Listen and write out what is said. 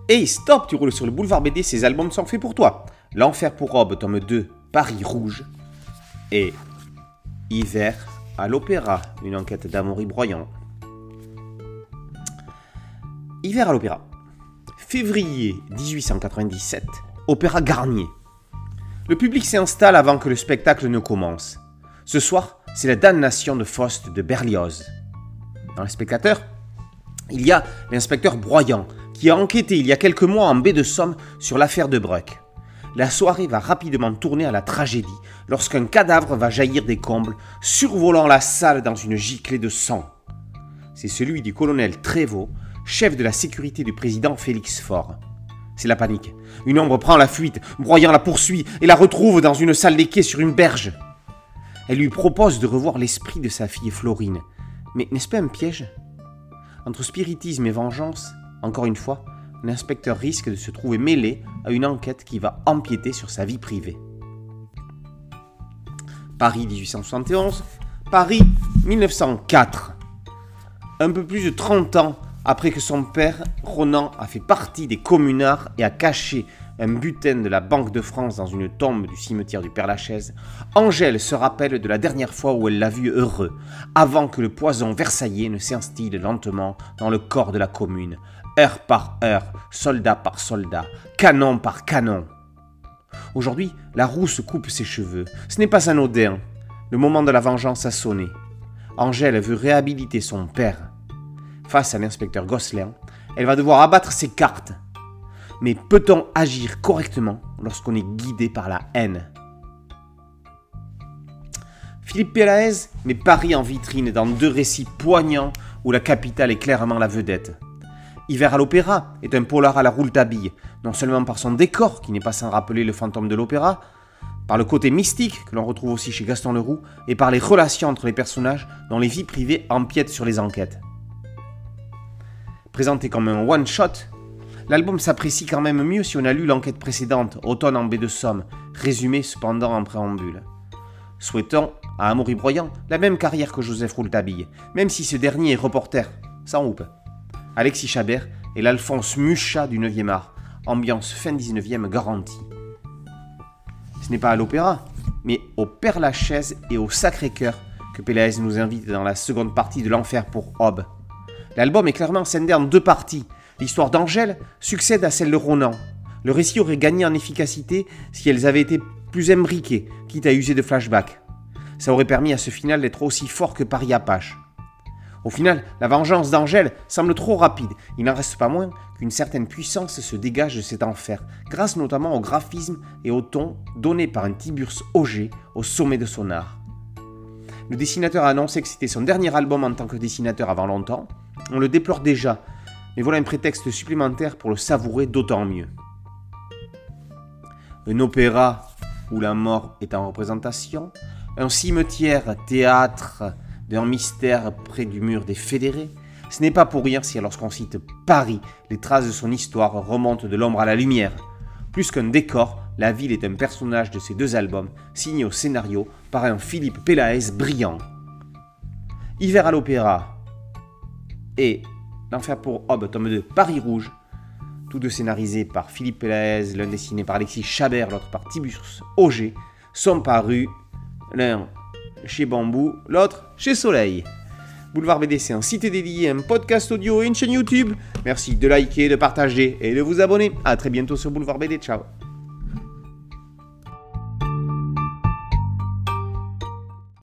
Hey, stop, tu roules sur le boulevard BD, ces albums sont faits pour toi. L'Enfer pour Rob, tome 2, Paris Rouge. Et Hiver à l'Opéra, une enquête d'Amaury Broyant. Hiver à l'Opéra. Février 1897, Opéra Garnier. Le public s'installe avant que le spectacle ne commence. Ce soir, c'est la damnation de Faust de Berlioz. Dans les spectateurs, il y a l'inspecteur Broyant, qui a enquêté il y a quelques mois en baie de Somme sur l'affaire de Bruck. La soirée va rapidement tourner à la tragédie lorsqu'un cadavre va jaillir des combles, survolant la salle dans une giclée de sang. C'est celui du colonel Trévaux, chef de la sécurité du président Félix Faure. C'est la panique. Une ombre prend la fuite, Broyant la poursuit et la retrouve dans une salle des quais sur une berge. Elle lui propose de revoir l'esprit de sa fille Florine. Mais n'est-ce pas un piège ? Entre spiritisme et vengeance, encore une fois, l'inspecteur risque de se trouver mêlé à une enquête qui va empiéter sur sa vie privée. Paris 1871, Paris 1904. Un peu plus de 30 ans après que son père, Ronan, a fait partie des communards et a caché un butin de la Banque de France dans une tombe du cimetière du Père-Lachaise, Angèle se rappelle de la dernière fois où elle l'a vu heureux, avant que le poison versaillais ne s'instille lentement dans le corps de la commune, heure par heure, soldat par soldat, canon par canon. Aujourd'hui, la rousse coupe ses cheveux. Ce n'est pas anodin. Le moment de la vengeance a sonné. Angèle veut réhabiliter son père. Face à l'inspecteur Gosselin, elle va devoir abattre ses cartes. Mais peut-on agir correctement lorsqu'on est guidé par la haine ? Philippe Pélaez met Paris en vitrine dans deux récits poignants où la capitale est clairement la vedette. Hiver à l'Opéra est un polar à la Rouletabille, non seulement par son décor, qui n'est pas sans rappeler le fantôme de l'opéra, par le côté mystique, que l'on retrouve aussi chez Gaston Leroux, et par les relations entre les personnages dont les vies privées empiètent sur les enquêtes. Présenté comme un one-shot, l'album s'apprécie quand même mieux si on a lu l'enquête précédente, Automne en baie de Somme, résumée cependant en préambule. Souhaitons à Amaury Broyant la même carrière que Joseph Rouletabille, même si ce dernier est reporter, sans houppe. Alexis Chabert est l'Alphonse Mucha du 9e art, ambiance fin 19e garantie. Ce n'est pas à l'opéra, mais au Père-Lachaise et au Sacré-Cœur que Pélaez nous invite dans la seconde partie de l'Enfer pour Hobbes. L'album est clairement scindé en deux parties. L'histoire d'Angèle succède à celle de Ronan. Le récit aurait gagné en efficacité si elles avaient été plus imbriquées, quitte à user de flashbacks. Ça aurait permis à ce final d'être aussi fort que Paris-Apache. Au final, la vengeance d'Angèle semble trop rapide. Il n'en reste pas moins qu'une certaine puissance se dégage de cet enfer, grâce notamment au graphisme et au ton donné par un Tiburce Auger au sommet de son art. Le dessinateur a annoncé que c'était son dernier album en tant que dessinateur avant longtemps. On le déplore déjà, mais voilà un prétexte supplémentaire pour le savourer d'autant mieux. Un opéra où la mort est en représentation, un cimetière théâtre d'un mystère près du mur des fédérés, ce n'est pas pour rien si lorsqu'on cite Paris, les traces de son histoire remontent de l'ombre à la lumière. Plus qu'un décor, la ville est un personnage de ces deux albums, signé au scénario par un Philippe Pélaez brillant. Hiver à l'Opéra et L'Enfer pour Hobbes, tome 2, Paris Rouge, tous deux scénarisés par Philippe Pélaez, l'un dessiné par Alexis Chabert, l'autre par Tiburce Auger, sont parus, l'un chez Bambou, l'autre chez Soleil. Boulevard BD, c'est un site dédié, un podcast audio et une chaîne YouTube. Merci de liker, de partager et de vous abonner. A très bientôt sur Boulevard BD. Ciao.